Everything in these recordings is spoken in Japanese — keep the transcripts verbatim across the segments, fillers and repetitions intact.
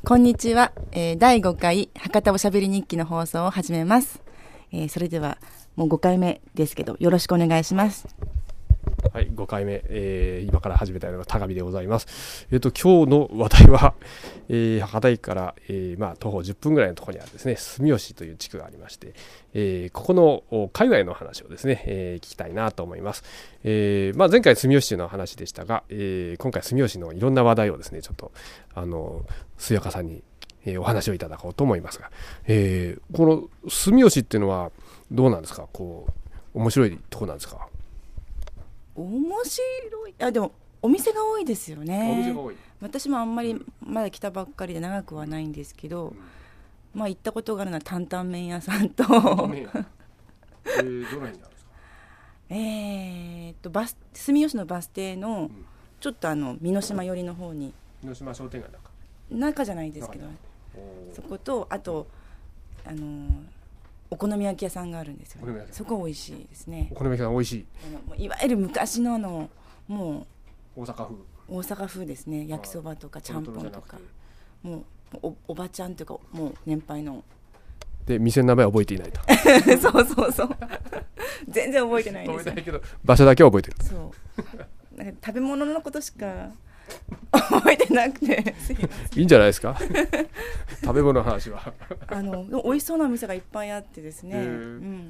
こんにちは、えー、だいごかい博多おしゃべり日記の放送を始めます、えー、それではもうごかいめですけどよろしくお願いします。 はい、ごかいめ、えー、今から始めたいのが高見でございます。えっと今日の話題は、えー、博多駅から、えーまあ、徒歩じゅっぷんぐらいのところにあるですね住吉という地区がありまして、えー、ここの界隈の話をですね、えー、聞きたいなと思います。えーまあ、前回住吉の話でしたが、えー、今回住吉のいろんな話題をですねちょっとあの須坂さんに、えー、お話をいただこうと思いますが、えー、この住吉っていうのはどうなんですか？こう面白いところなんですか？ 面白い。あ、でもお店が多いですよね。 お店が多い。 私もあんまりまだ来たばっかりで長くはないんですけど、うん、まあ行ったことがあるのは担々麺屋さんと担々麺屋えー、どの辺にあるんですか？ えーっとバス住吉のバス停の、うん、ちょっとあの美濃島寄りの方に、 美濃島商店街なんか中じゃないですけど、そことあとあのーお好み焼き屋さんがあるんですよ、ね、そこ美味しいですね。 お好み焼き屋さん美味しい。 あのいわゆる昔のあのもう大阪風大阪風ですね。焼きそばとかちゃんぽんとかもう お, おばちゃんというかもう年配ので店の名前は覚えていないとそうそうそう全然覚えてないんですよ。覚えてないけど場所だけは覚えてる。 そうなんか食べ物のことしか覚えてなくていいんじゃないですか食べ物の話はあの美味しそうな店がいっぱいあってですね、うん、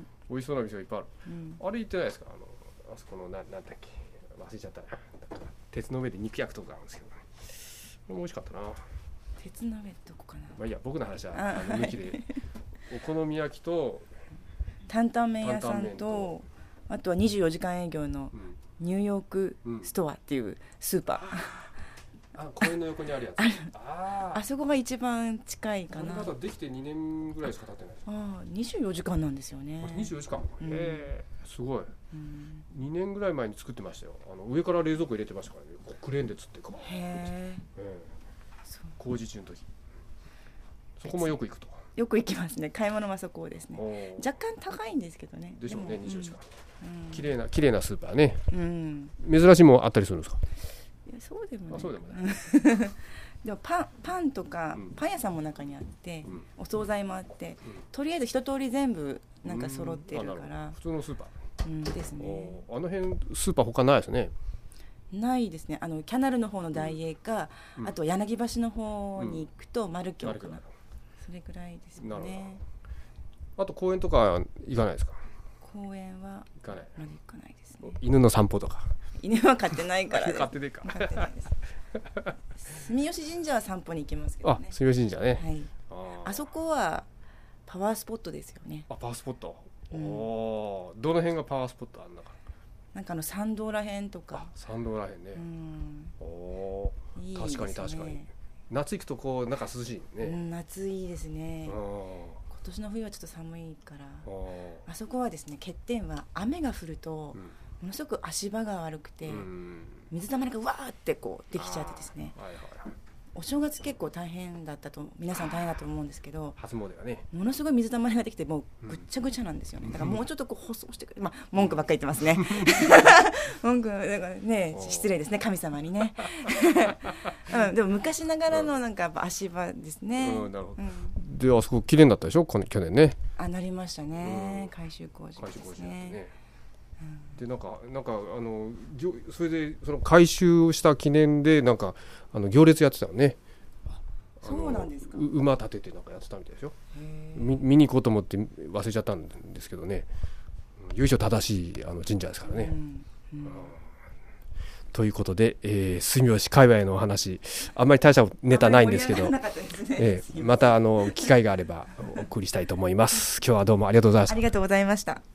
美味しそうな店がいっぱいある、うん、あれ行ってないですか？あのあそこのななんだっけ忘れちゃったな。鉄の上で肉焼くとこがあるんですけどね、美味しかったな。 鉄の上ってどこかな。 まあいいや、僕の話はあの抜きでお好み焼きと担々麺屋さん と, とあとはにじゅうよじかん営業のニューヨークストアっていうスーパー、うんあ公園の横にあるやつあ, あ, あそこが一番近いかな。 まだできてにねんぐらいしか経ってない。 ああにじゅうよじかんなんですよね。 にじゅうよじかん、うん、へえすごい、うん、にねんぐらい前に作ってましたよ。あの上から冷蔵庫入れてましたからね。クレーンで釣ってかへえ工事中の時そこもよく行くと。 よく行きますね。買い物はそこですね。若干高いんですけどね。 でしょうね。にじゅうよじかん、 うん、 綺麗な綺麗なスーパーね、うん、珍しいもんあったりするんですか？ いやそうでもない。 あそうでもないでも パ, ンパンとか、うん、パン屋さんも中にあって、うん、お惣菜もあって、うん、とりあえず一通り全部なんか揃ってるから、 普通のスーパー、うん、 ですね。 あの辺スーパー他ないですね。 ないですね。あのキャナルの方の大英か、うん、あと柳橋の方に行くと丸京かな、うん、それぐらいですね。なるほど。あと公園とか行かないですか？ 公園は行かない。 まだ行かないですね。 犬の散歩とか。 犬は飼ってないからです。 飼ってないか。飼ってないです。 住吉神社は散歩に行きますけどね。 あ、住吉神社ね。 はい。あ, あそこはパワースポットですよね。 あ、パワースポット。うん、おどの辺がパワースポットあんだか。 なんかあの参道ら辺とか。 参道ら辺ね。うん、おいいですね。 確かに確かに。夏行くとこうなんか涼しいね。 うん、夏いいですね。今年の冬はちょっと寒いから。あそこはですね、欠点は雨が降ると。うんものすごく足場が悪くて水たまりがわーってこうできちゃってですね、はいはいはい、お正月結構大変だったと皆さん大変だと思うんですけど初詣がねものすごい水たまりができてもうぐっちゃぐちゃなんですよね。だからもうちょっとこう舗装してくれ、まあ、文句ばっかり言ってますね文句だからね失礼ですね神様にね、うん、でも昔ながらのなんか足場ですね、うんなるほどうん、であそこ綺麗になったでしょ去年ね。 あなりましたね、うん、改修工事ですね。 でなんかなんかあのそれでその改修した記念でなんかあの行列やってたよね。 そうなんですか。 馬立ててなんかやってたみたいですよ。見, 見に行こうと思って忘れちゃったんですけどね。由緒正しいあの神社ですからね、うんうん、ということで、えー、住吉界隈のお話あんまり大したネタないんですけど、えー、またあの機会があればお送りしたいと思います。今日はどうもありがとうございました。 ありがとうございました。